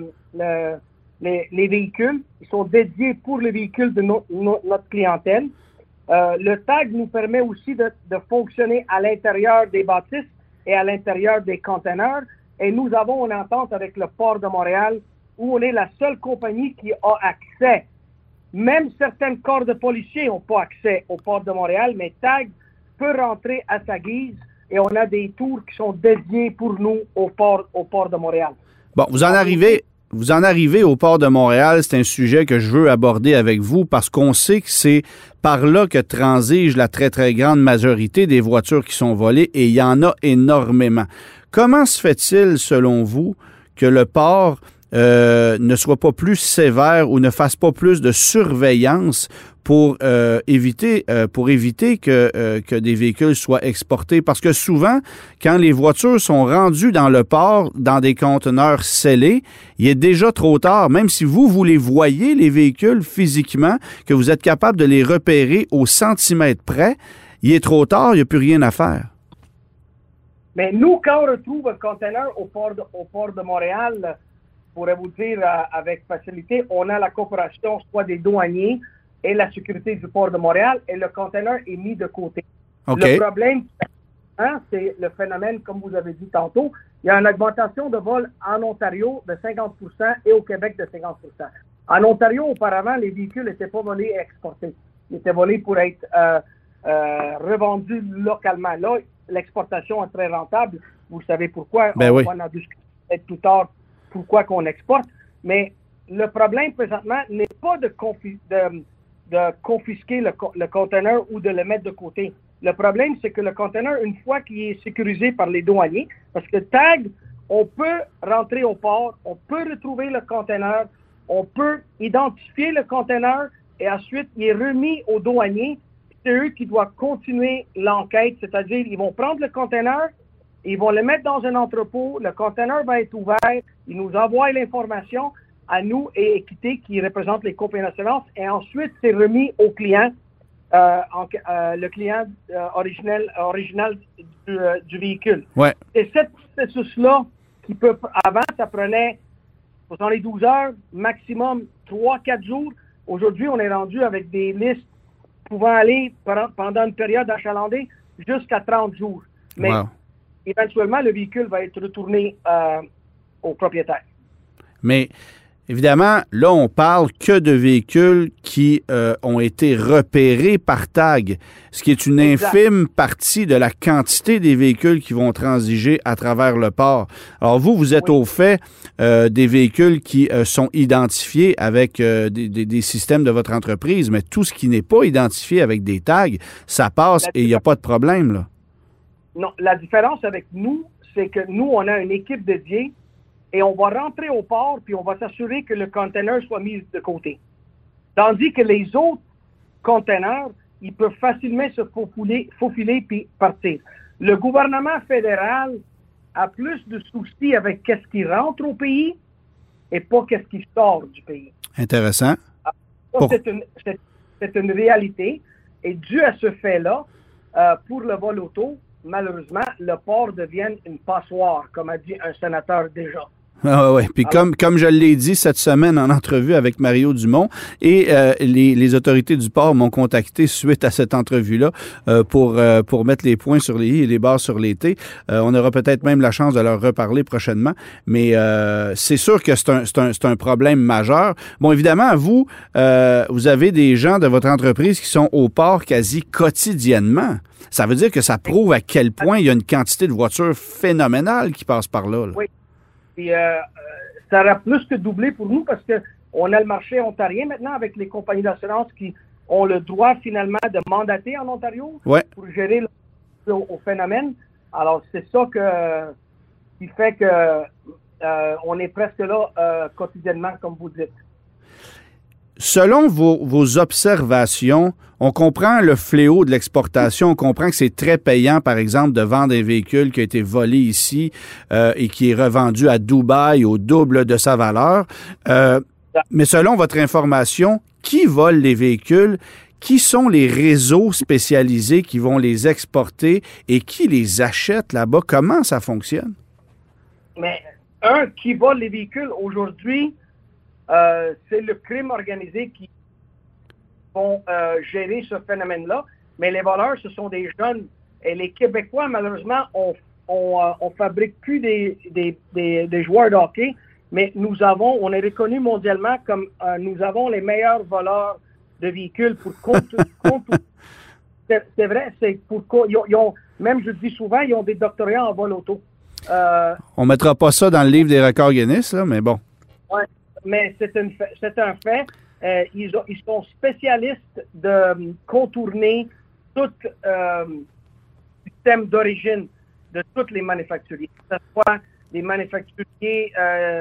les véhicules. Ils sont dédiés pour les véhicules de notre clientèle. Le tag nous permet aussi de fonctionner à l'intérieur des bâtisses et à l'intérieur des conteneurs. Et nous avons une entente avec le Port de Montréal où on est la seule compagnie qui a accès. Même certains corps de policiers n'ont pas accès au Port de Montréal, mais TAG peut rentrer à sa guise et on a des tours qui sont dédiés pour nous au Port de Montréal. Bon, vous en arrivez au Port de Montréal. C'est un sujet que je veux aborder avec vous parce qu'on sait que c'est par là que transige la très, très grande majorité des voitures qui sont volées et il y en a énormément. Comment se fait-il, selon vous, que le port ne soit pas plus sévère ou ne fasse pas plus de surveillance pour éviter que des véhicules soient exportés? Parce que souvent, quand les voitures sont rendues dans le port, dans des conteneurs scellés, il est déjà trop tard. Même si vous les voyez, les véhicules, physiquement, que vous êtes capable de les repérer au centimètre près, il est trop tard, il n'y a plus rien à faire. Mais nous, quand on retrouve un conteneur au port de Montréal, je pourrais vous dire avec facilité, on a la coopération soit des douaniers et la sécurité du port de Montréal et le conteneur est mis de côté. Okay. Le problème, c'est le phénomène, comme vous avez dit tantôt, il y a une augmentation de vol en Ontario de 50% et au Québec de 50%. En Ontario, auparavant, les véhicules n'étaient pas volés et exportés. Ils étaient volés pour être revendus localement. Là, l'exportation est très rentable. Vous savez pourquoi. Ben oui. On va en discuter plus tard pourquoi qu'on exporte. Mais le problème présentement n'est pas de confisquer le conteneur ou de le mettre de côté. Le problème, c'est que le conteneur, une fois qu'il est sécurisé par les douaniers, parce que TAG, on peut rentrer au port, on peut retrouver le conteneur, on peut identifier le conteneur et ensuite il est remis aux douaniers. C'est eux qui doivent continuer l'enquête, c'est-à-dire ils vont prendre le conteneur, ils vont le mettre dans un entrepôt, le conteneur va être ouvert, ils nous envoient l'information à nous et Équité qui représente les compagnies d'assurance et ensuite c'est remis au client, le client original du véhicule. Ouais. Et ce processus-là, qui peut, avant ça prenait 72 heures, maximum 3-4 jours. Aujourd'hui, on est rendu avec des listes pouvant aller pendant une période achalandée jusqu'à 30 jours. Mais éventuellement, le véhicule va être retourné au propriétaire. Mais évidemment, là, on parle que de véhicules qui ont été repérés par TAG, ce qui est une infime partie de la quantité des véhicules qui vont transiger à travers le port. Alors vous êtes au fait des véhicules qui sont identifiés avec des systèmes de votre entreprise, mais tout ce qui n'est pas identifié avec des tags, ça passe et il n'y a pas de problème, là. Non, la différence avec nous, c'est que nous, on a une équipe dédiée et on va rentrer au port puis on va s'assurer que le conteneur soit mis de côté. Tandis que les autres conteneurs, ils peuvent facilement se faufiler puis partir. Le gouvernement fédéral a plus de soucis avec qu'est-ce qui rentre au pays et pas qu'est-ce qui sort du pays. Intéressant. Alors, c'est une réalité. Et dû à ce fait-là, pour le vol auto, malheureusement, le port devient une passoire, comme a dit un sénateur déjà. Ah oui, puis comme je l'ai dit cette semaine en entrevue avec Mario Dumont, et les autorités du port m'ont contacté suite à cette entrevue-là pour mettre les points sur les i et les barres sur les t. On aura peut-être même la chance de leur reparler prochainement, mais c'est sûr que c'est un problème majeur. Bon, évidemment, vous avez des gens de votre entreprise qui sont au port quasi quotidiennement. Ça veut dire que ça prouve à quel point il y a une quantité de voitures phénoménale qui passe par là. Oui. Et, ça aura plus que doublé pour nous parce que On a le marché ontarien maintenant avec les compagnies d'assurance qui ont le droit finalement de mandater en Ontario pour gérer au phénomène. Alors, c'est ça qui fait que on est presque là quotidiennement, comme vous dites. Selon vos observations, on comprend le fléau de l'exportation, on comprend que c'est très payant, par exemple, de vendre un véhicule qui a été volé ici et qui est revendu à Dubaï au double de sa valeur. Mais selon votre information, qui vole les véhicules? Qui sont les réseaux spécialisés qui vont les exporter et qui les achète là-bas? Comment ça fonctionne? Mais qui vole les véhicules aujourd'hui, c'est le crime organisé qui vont gérer ce phénomène-là. Mais les voleurs, ce sont des jeunes. Et les Québécois, malheureusement, on fabrique plus des joueurs de hockey, mais on est reconnu mondialement comme nous avons les meilleurs voleurs de véhicules pour c'est vrai, c'est pour même je dis souvent, ils ont des doctorats en vol auto. On mettra pas ça dans le livre des records Guinness, là, mais bon. Oui, mais c'est un fait. Ils sont spécialistes de contourner tout système d'origine de tous les manufacturiers, que ce soit des manufacturiers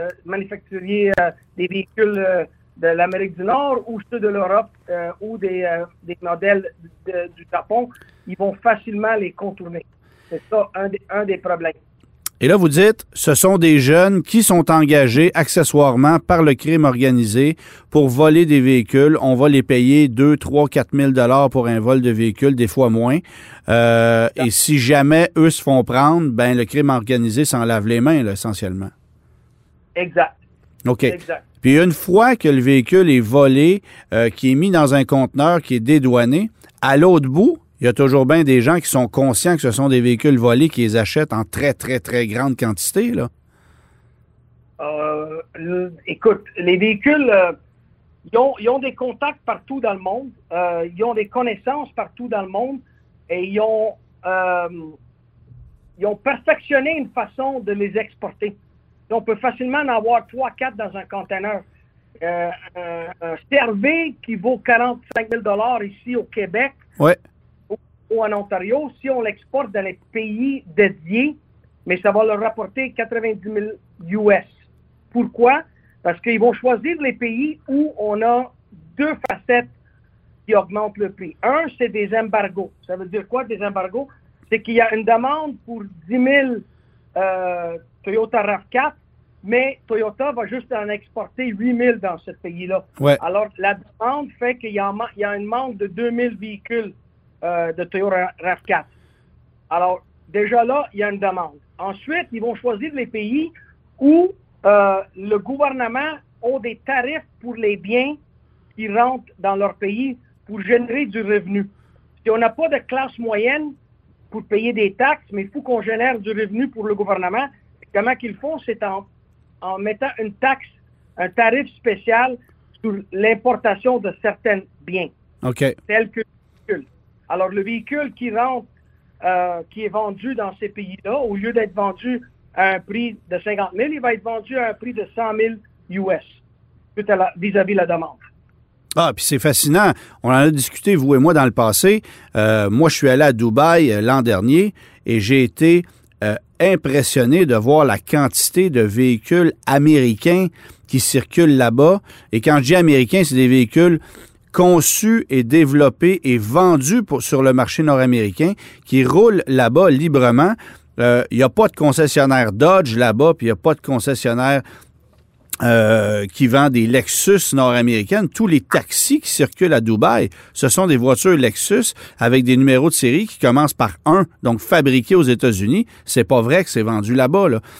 des véhicules de l'Amérique du Nord ou ceux de l'Europe ou des modèles du Japon, ils vont facilement les contourner. C'est ça un des problèmes. Et là, vous dites, ce sont des jeunes qui sont engagés accessoirement par le crime organisé pour voler des véhicules. On va les payer 2, 3, 4 000 $ pour un vol de véhicule, des fois moins. Et si jamais eux se font prendre, ben le crime organisé s'en lave les mains, là, essentiellement. Exact. OK. Exact. Puis une fois que le véhicule est volé, qui est mis dans un conteneur, qui est dédouané, à l'autre bout, il y a toujours bien des gens qui sont conscients que ce sont des véhicules volés qui les achètent en très, très, très grande quantité, là. Écoute, les véhicules, ils ont des contacts partout dans le monde, ils ont des connaissances partout dans le monde et ils ont perfectionné une façon de les exporter. On peut facilement en avoir 3-4 dans un conteneur. Un Cervé qui vaut 45 000 $ ici au Québec, ou en Ontario, si on l'exporte dans les pays dédiés, mais ça va leur rapporter 90 000 US. Pourquoi? Parce qu'ils vont choisir les pays où on a deux facettes qui augmentent le prix. Un, c'est des embargos. Ça veut dire quoi, des embargos? C'est qu'il y a une demande pour 10 000 Toyota RAV4, mais Toyota va juste en exporter 8 000 dans ce pays-là. Ouais. Alors, la demande fait qu'il y a un manque de 2 000 véhicules de Toyota RAV4. Alors, déjà là, il y a une demande. Ensuite, ils vont choisir les pays où le gouvernement a des tarifs pour les biens qui rentrent dans leur pays pour générer du revenu. Si on n'a pas de classe moyenne pour payer des taxes, mais il faut qu'on génère du revenu pour le gouvernement, comment qu'ils font, c'est en mettant une taxe, un tarif spécial sur l'importation de certains biens. OK. Tels que le véhicule. Alors, le véhicule qui rentre, qui est vendu dans ces pays-là, au lieu d'être vendu à un prix de 50 000, il va être vendu à un prix de 100 000 US, vis-à-vis la demande. Ah, puis c'est fascinant. On en a discuté, vous et moi, dans le passé. Moi, je suis allé à Dubaï l'an dernier et j'ai été impressionné de voir la quantité de véhicules américains qui circulent là-bas. Et quand je dis américains, c'est des véhicules conçus et développés et vendus sur le marché nord-américain qui roulent là-bas librement. Il n'y a pas de concessionnaire Dodge là-bas, puis il n'y a pas de concessionnaire qui vend des Lexus nord-américaines. Tous les taxis qui circulent à Dubaï, ce sont des voitures Lexus avec des numéros de série qui commencent par 1, donc fabriqués aux États-Unis. C'est pas vrai que c'est vendu là-bas, là.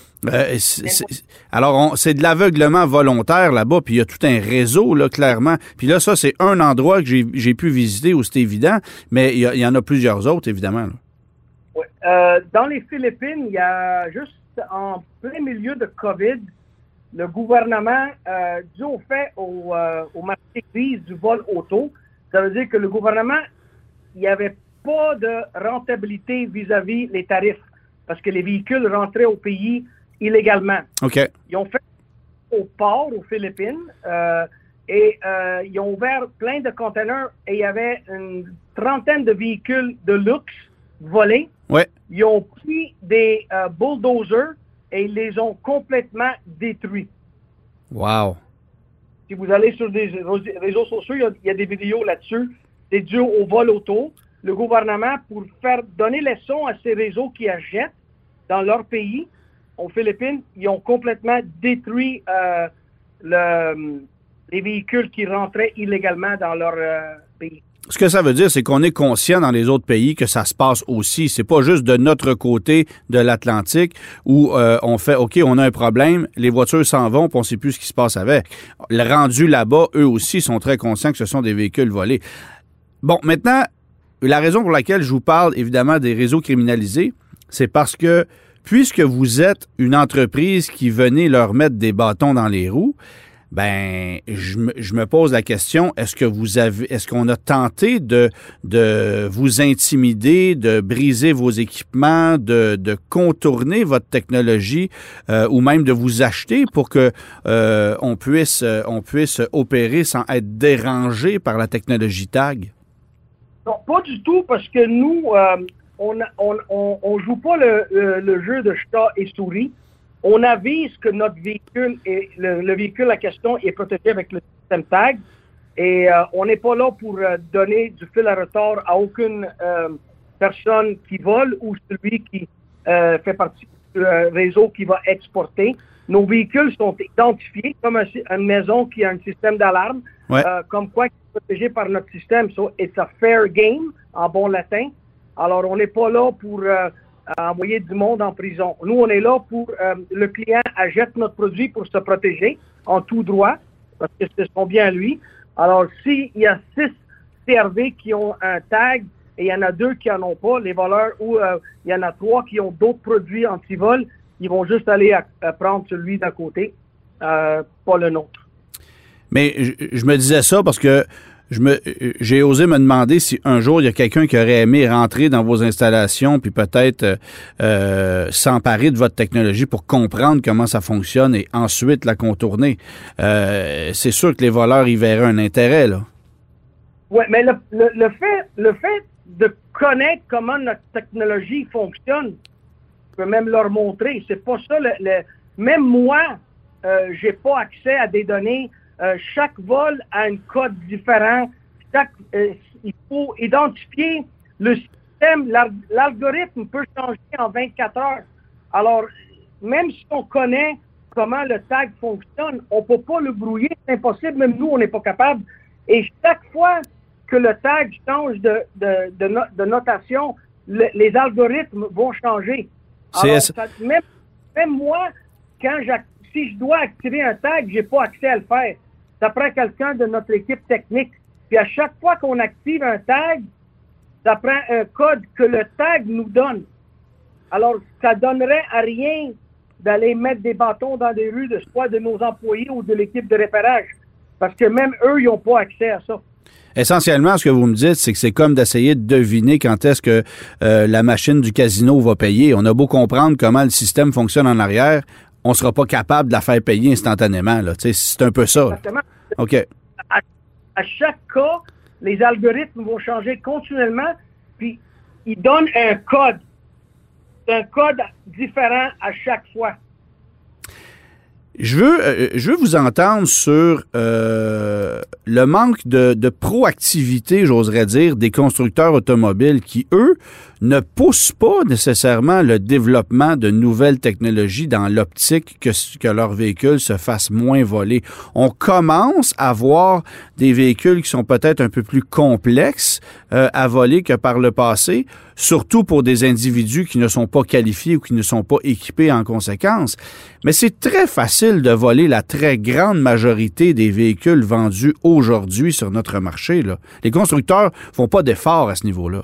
Alors, c'est de l'aveuglement volontaire là-bas, puis il y a tout un réseau, là, clairement. Puis là, ça, c'est un endroit que j'ai pu visiter où c'est évident, mais il y en a plusieurs autres, évidemment, là. Oui. Dans les Philippines, il y a juste en plein milieu de COVID, le gouvernement, dû au fait au marché gris du vol auto, ça veut dire que le gouvernement, il n'y avait pas de rentabilité vis-à-vis les tarifs, parce que les véhicules rentraient au pays illégalement. OK. Ils ont fait au port aux Philippines, et ils ont ouvert plein de containers et il y avait une trentaine de véhicules de luxe volés. Ouais. Ils ont pris des bulldozers et ils les ont complètement détruits. Wow. Si vous allez sur des réseaux sociaux, il y a des vidéos là-dessus. C'est dû au vol auto. Le gouvernement, pour faire donner leçon à ces réseaux qui achètent dans leur pays, aux Philippines, ils ont complètement détruit les véhicules qui rentraient illégalement dans leur pays. Ce que ça veut dire, c'est qu'on est conscient dans les autres pays que ça se passe aussi. C'est pas juste de notre côté de l'Atlantique où on fait, OK, on a un problème, les voitures s'en vont, puis on sait plus ce qui se passe avec. Le rendu là-bas, eux aussi sont très conscients que ce sont des véhicules volés. Bon, maintenant, la raison pour laquelle je vous parle, évidemment, des réseaux criminalisés, c'est parce que, puisque vous êtes une entreprise qui venait leur mettre des bâtons dans les roues, ben, je me pose la question, est-ce qu'on a tenté de vous intimider, de briser vos équipements, de contourner votre technologie, ou même de vous acheter pour que on puisse opérer sans être dérangé par la technologie TAG? Non, pas du tout, parce que nous, on joue pas le jeu de chat et souris. On avise que notre véhicule, le véhicule en question est protégé avec le système TAG et on n'est pas là pour donner du fil à retard à aucune personne qui vole ou celui qui fait partie du réseau qui va exporter. Nos véhicules sont identifiés comme une maison qui a un système d'alarme, ouais. comme quoi qui est protégé par notre système. So, it's a fair game, en bon latin. Alors, on n'est pas là pour envoyer du monde en prison. Nous, on est là pour le client achète notre produit pour se protéger en tout droit, parce que c'est son bien à lui. Alors, s'il y a 6 CRV qui ont un tag et il y en a 2 qui n'en ont pas, les voleurs, ou il y en a 3 qui ont d'autres produits anti-vol, ils vont juste aller prendre celui d'à côté, pas le nôtre. Mais je me disais ça parce que j'ai osé me demander si un jour il y a quelqu'un qui aurait aimé rentrer dans vos installations puis peut-être s'emparer de votre technologie pour comprendre comment ça fonctionne et ensuite la contourner. C'est sûr que les voleurs y verraient un intérêt, là. Oui, mais le fait de connaître comment notre technologie fonctionne, je peux même leur montrer. C'est pas ça. Même moi, j'ai pas accès à des données. Chaque vol a un code différent. Il faut identifier le système. L'algorithme peut changer en 24 heures. Alors, même si on connaît comment le tag fonctionne, on peut pas le brouiller. C'est impossible. Même nous, on n'est pas capable. Et chaque fois que le tag change de notation, les algorithmes vont changer. Alors, même moi, si je dois activer un tag, j'ai pas accès à le faire. Ça prend quelqu'un de notre équipe technique. Puis à chaque fois qu'on active un tag, ça prend un code que le tag nous donne. Alors, ça donnerait à rien d'aller mettre des bâtons dans des rues, soit de nos employés ou de l'équipe de repérage. Parce que même eux, ils n'ont pas accès à ça. Essentiellement, ce que vous me dites, c'est que c'est comme d'essayer de deviner quand est-ce que la machine du casino va payer. On a beau comprendre comment le système fonctionne en arrière, on ne sera pas capable de la faire payer instantanément. Là. C'est un peu ça. Exactement. OK. À chaque cas, les algorithmes vont changer continuellement, puis ils donnent un code. C'est un code différent à chaque fois. Je veux vous entendre sur le manque de proactivité, j'oserais dire, des constructeurs automobiles qui, eux, ne poussent pas nécessairement le développement de nouvelles technologies dans l'optique que leurs véhicules se fassent moins voler. On commence à voir des véhicules qui sont peut-être un peu plus complexes à voler que par le passé, surtout pour des individus qui ne sont pas qualifiés ou qui ne sont pas équipés en conséquence. Mais c'est très facile de voler la très grande majorité des véhicules vendus aujourd'hui sur notre marché, là. Les constructeurs font pas d'efforts à ce niveau-là.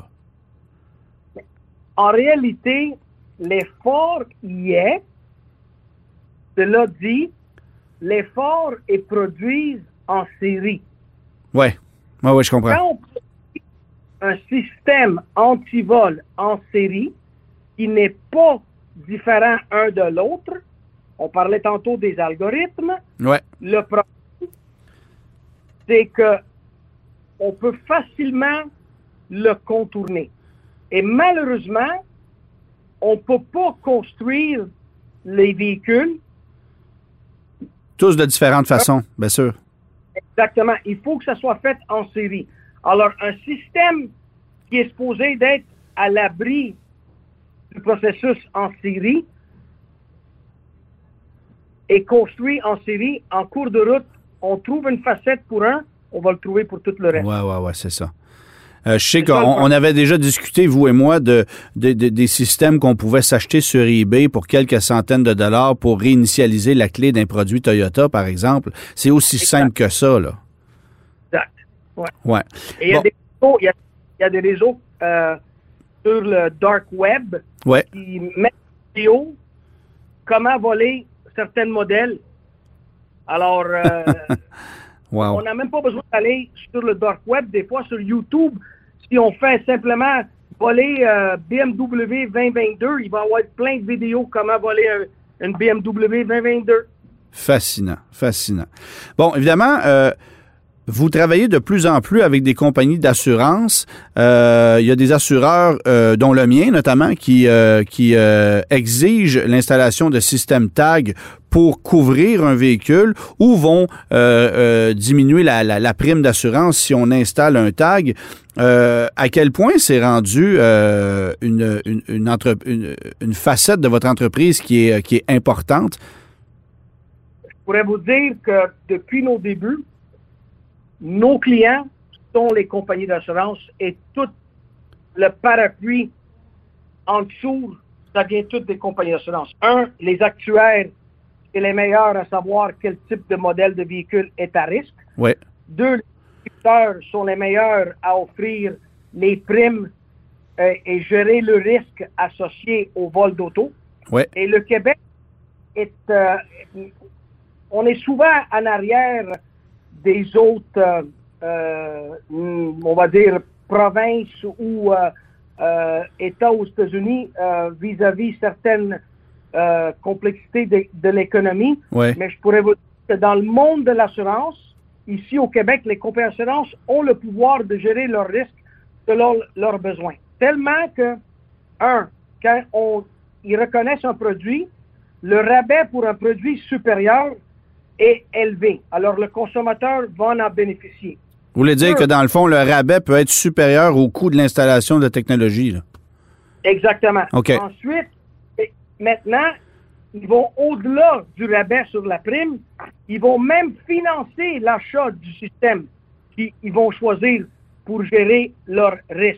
En réalité, l'effort y est. Cela dit, l'effort est produit en série. Oui, je comprends. Quand on produit un système anti-vol en série qui n'est pas différent un de l'autre, on parlait tantôt des algorithmes, ouais. le produit, c'est que on peut facilement le contourner. Et malheureusement, on ne peut pas construire les véhicules. Tous de différentes façons, bien sûr. Exactement. Il faut que ça soit fait en série. Alors, un système qui est supposé d'être à l'abri du processus en série est construit en série. En cours de route, on trouve une facette pour un, on va le trouver pour tout le reste. Oui, c'est ça. Je sais qu'on avait déjà discuté, vous et moi, des systèmes qu'on pouvait s'acheter sur eBay pour quelques centaines de dollars pour réinitialiser la clé d'un produit Toyota, par exemple. C'est aussi simple que ça, là. Exact. Ouais. Ouais. Et il y a des réseaux sur le dark web qui mettent des vidéos comment voler certains modèles. Alors, wow. On n'a même pas besoin d'aller sur le dark web. Des fois, sur YouTube, si on fait simplement voler BMW 2022, il va y avoir plein de vidéos comment voler une BMW 2022. Fascinant. Bon, évidemment, vous travaillez de plus en plus avec des compagnies d'assurance. Il y a des assureurs, dont le mien notamment, qui exigent l'installation de systèmes tag pour couvrir un véhicule ou vont diminuer la prime d'assurance si on installe un tag. À quel point c'est rendu une facette de votre entreprise qui est importante? Je pourrais vous dire que depuis nos débuts, nos clients sont les compagnies d'assurance et tout le parapluie en dessous, ça vient toutes des compagnies d'assurance. Les actuaires, c'est les meilleurs à savoir quel type de modèle de véhicule est à risque. Oui. 2, les distributeurs sont les meilleurs à offrir les primes et gérer le risque associé au vol d'auto. Oui. Et le Québec on est souvent en arrière des autres, on va dire, provinces ou États aux États-Unis vis-à-vis certaines complexités de l'économie. Ouais. Mais je pourrais vous dire que dans le monde de l'assurance, ici au Québec, les compagnies d'assurance ont le pouvoir de gérer leurs risques selon leurs besoins. Tellement que, quand ils reconnaissent un produit, le rabais pour un produit supérieur est élevé. Alors, le consommateur va en bénéficier. Vous voulez dire que, dans le fond, le rabais peut être supérieur au coût de l'installation de la technologie, là? Exactement. Okay. Ensuite, maintenant, ils vont au-delà du rabais sur la prime. Ils vont même financer l'achat du système qu'ils vont choisir pour gérer leurs risques.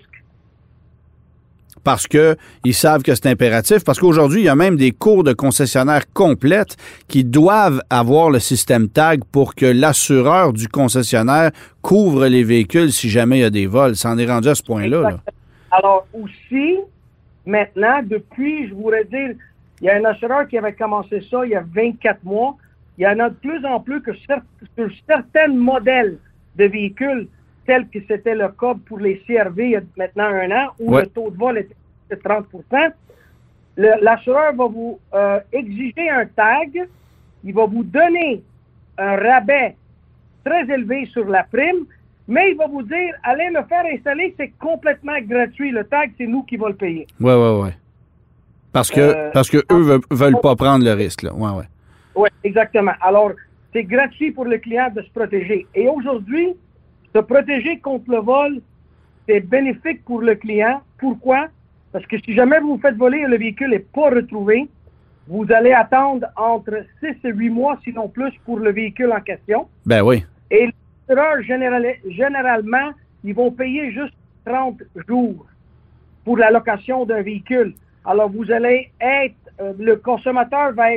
Parce qu'ils savent que c'est impératif. Parce qu'aujourd'hui, il y a même des cours de concessionnaires complètes qui doivent avoir le système tag pour que l'assureur du concessionnaire couvre les véhicules si jamais il y a des vols. Ça en est rendu à ce point-là. Là. Alors aussi, maintenant, depuis, je voudrais dire, il y a un assureur qui avait commencé ça il y a 24 mois. Il y en a de plus en plus que sur certains modèles de véhicules, tels que c'était le cas pour les CRV il y a maintenant 1 an, où le taux de vol était de 30 %. L'assureur va vous exiger un tag, il va vous donner un rabais très élevé sur la prime, mais il va vous dire, allez le faire installer, c'est complètement gratuit. Le tag, c'est nous qui va le payer. Oui. Parce que eux veulent pas prendre le risque. Là. Ouais. Oui, exactement. Alors, c'est gratuit pour le client de se protéger. Et aujourd'hui, se protéger contre le vol, c'est bénéfique pour le client. Pourquoi? Parce que si jamais vous vous faites voler et le véhicule n'est pas retrouvé, vous allez attendre entre 6 et 8 mois, sinon plus, pour le véhicule en question. Ben oui. Et les assureurs, généralement, ils vont payer juste 30 jours pour la location d'un véhicule. Alors, vous allez le consommateur va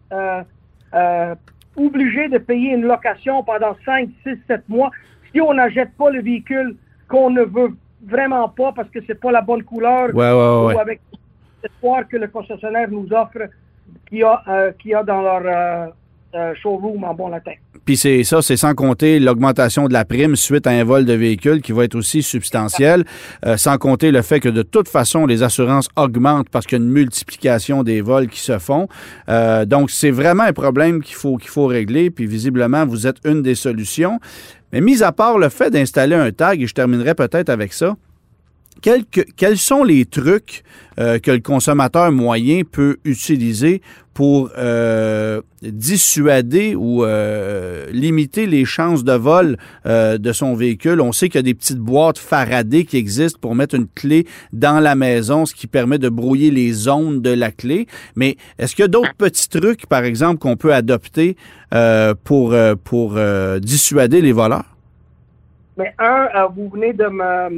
être obligé de payer une location pendant 5, 6, 7 mois si on n'achète pas le véhicule qu'on ne veut vraiment pas parce que c'est pas la bonne couleur ou avec l'espoir que le concessionnaire nous offre qu'il y a dans leur showroom en bon latin. Puis c'est sans compter l'augmentation de la prime suite à un vol de véhicule qui va être aussi substantielle, sans compter le fait que de toute façon, les assurances augmentent parce qu'il y a une multiplication des vols qui se font. Donc, c'est vraiment un problème qu'il faut régler, puis visiblement, vous êtes une des solutions. Mais mis à part le fait d'installer un tag, et je terminerai peut-être avec ça, quels sont les trucs que le consommateur moyen peut utiliser pour dissuader ou limiter les chances de vol de son véhicule? On sait qu'il y a des petites boîtes Faraday qui existent pour mettre une clé dans la maison, ce qui permet de brouiller les ondes de la clé. Mais est-ce qu'il y a d'autres petits trucs, par exemple, qu'on peut adopter pour dissuader les voleurs? Mais vous venez de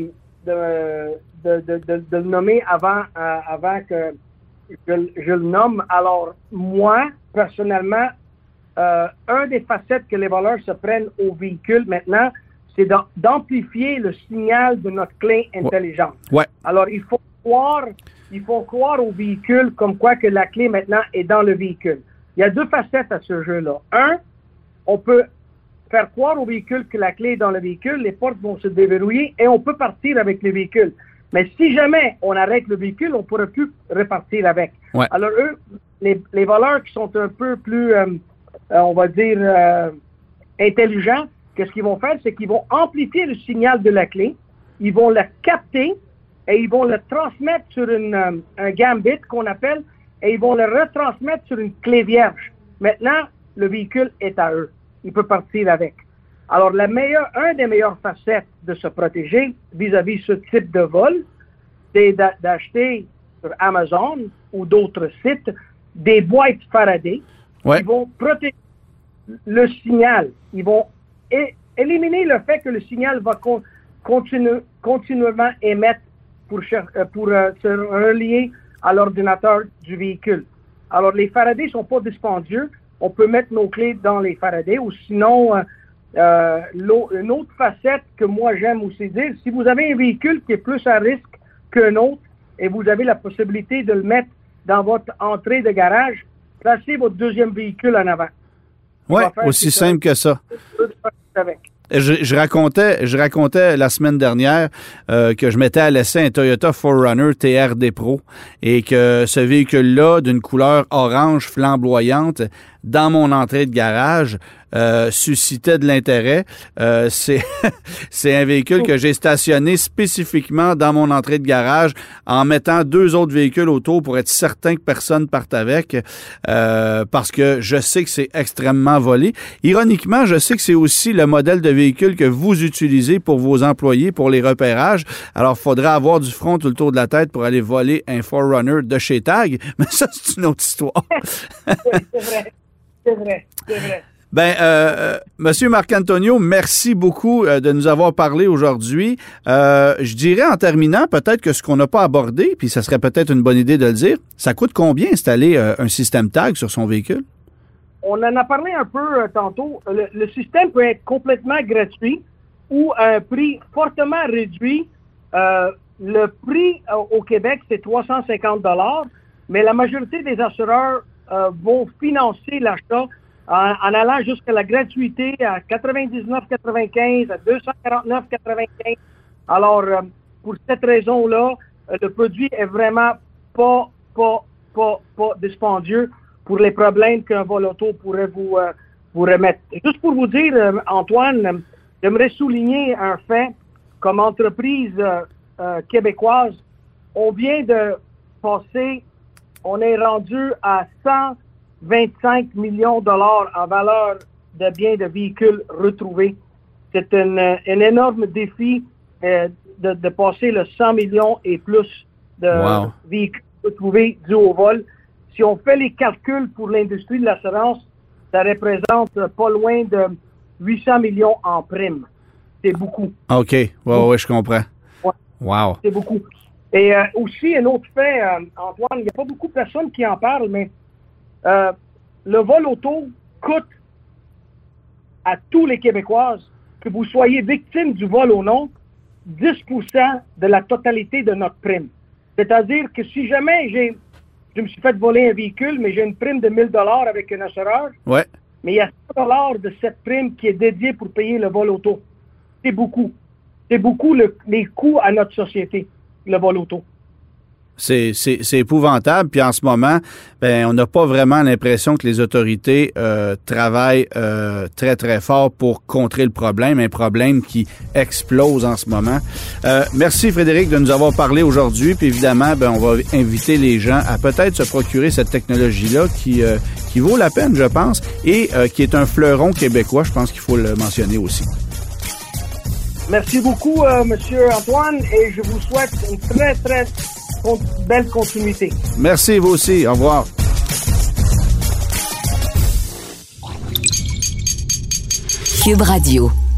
le nommer avant que je le nomme. Alors, moi, personnellement, un des facettes que les voleurs se prennent au véhicule maintenant, c'est d'amplifier le signal de notre clé intelligente. Ouais. Alors, il faut croire au véhicule comme quoi que la clé maintenant est dans le véhicule. Il y a deux facettes à ce jeu-là. Un, on peut faire croire au véhicule que la clé est dans le véhicule, les portes vont se déverrouiller et on peut partir avec le véhicule. Mais si jamais on arrête le véhicule, on ne pourra plus repartir avec. Ouais. Alors eux, les voleurs qui sont un peu plus, on va dire, intelligents, qu'est-ce qu'ils vont faire? C'est qu'ils vont amplifier le signal de la clé, ils vont le capter et ils vont le transmettre sur un gambit qu'on appelle et ils vont le retransmettre sur une clé vierge. Maintenant, le véhicule est à eux. Il peut partir avec. Alors, un des meilleures facettes de se protéger vis-à-vis ce type de vol, c'est d'acheter sur Amazon ou d'autres sites des boîtes Faraday qui vont protéger le signal. Ils vont éliminer le fait que le signal va continuellement émettre pour se relier à l'ordinateur du véhicule. Alors, les Faraday ne sont pas dispendieux. On peut mettre nos clés dans les Faraday ou sinon, une autre facette que moi j'aime aussi dire, si vous avez un véhicule qui est plus à risque qu'un autre et vous avez la possibilité de le mettre dans votre entrée de garage, placez votre deuxième véhicule en avant. Oui, aussi simple que ça. Je racontais la semaine dernière que je mettais à l'essai un Toyota 4Runner TRD Pro et que ce véhicule-là, d'une couleur orange flamboyante, dans mon entrée de garage, suscitait de l'intérêt. C'est un véhicule que j'ai stationné spécifiquement dans mon entrée de garage en mettant 2 autres véhicules autour pour être certain que personne parte avec parce que je sais que c'est extrêmement volé. Ironiquement, je sais que c'est aussi le modèle de véhicule que vous utilisez pour vos employés, pour les repérages. Alors, il faudrait avoir du front tout le tour de la tête pour aller voler un 4Runner de chez Tag, mais ça, c'est une autre histoire. C'est vrai. Ben, Monsieur Marc-Antonio, merci beaucoup de nous avoir parlé aujourd'hui. Je dirais en terminant, peut-être que ce qu'on n'a pas abordé, puis ça serait peut-être une bonne idée de le dire, ça coûte combien installer un système tag sur son véhicule? On en a parlé un peu tantôt. Le système peut être complètement gratuit ou à un prix fortement réduit. Le prix au Québec, c'est 350 $, mais la majorité des assureurs vont financer l'achat en allant jusqu'à la gratuité à 99,95, à 249,95. Alors, pour cette raison-là, le produit est vraiment pas dispendieux pour les problèmes qu'un vol auto pourrait vous remettre. Juste pour vous dire, Antoine, j'aimerais souligner un fait. Comme entreprise québécoise, on vient de passer, on est rendu à 125 millions de dollars en valeur de biens de véhicules retrouvés. C'est un énorme défi de passer le 100 millions et plus de véhicules retrouvés dus au vol. Si on fait les calculs pour l'industrie de l'assurance, ça représente pas loin de 800 millions en primes. C'est beaucoup. OK. Ouais, je comprends. Ouais. Wow. C'est beaucoup. Et aussi, un autre fait, Antoine, il n'y a pas beaucoup de personnes qui en parlent, mais le vol auto coûte à tous les Québécoises, que vous soyez victime du vol ou non, 10% de la totalité de notre prime. C'est-à-dire que si jamais je me suis fait voler un véhicule, mais j'ai une prime de 1 000 $ avec un assureur, ouais. Mais il y a 100 $ de cette prime qui est dédiée pour payer le vol auto. C'est beaucoup. C'est beaucoup les coûts à notre société, le vol auto. C'est épouvantable. Puis en ce moment, on n'a pas vraiment l'impression que les autorités travaillent très, très fort pour contrer le problème, un problème qui explose en ce moment. Merci Frédéric de nous avoir parlé aujourd'hui. Puis évidemment, on va inviter les gens à peut-être se procurer cette technologie-là qui vaut la peine, je pense, et qui est un fleuron québécois. Je pense qu'il faut le mentionner aussi. Merci beaucoup, Monsieur Antoine, et je vous souhaite une très, très belle continuité. Merci, vous aussi. Au revoir. Cube Radio.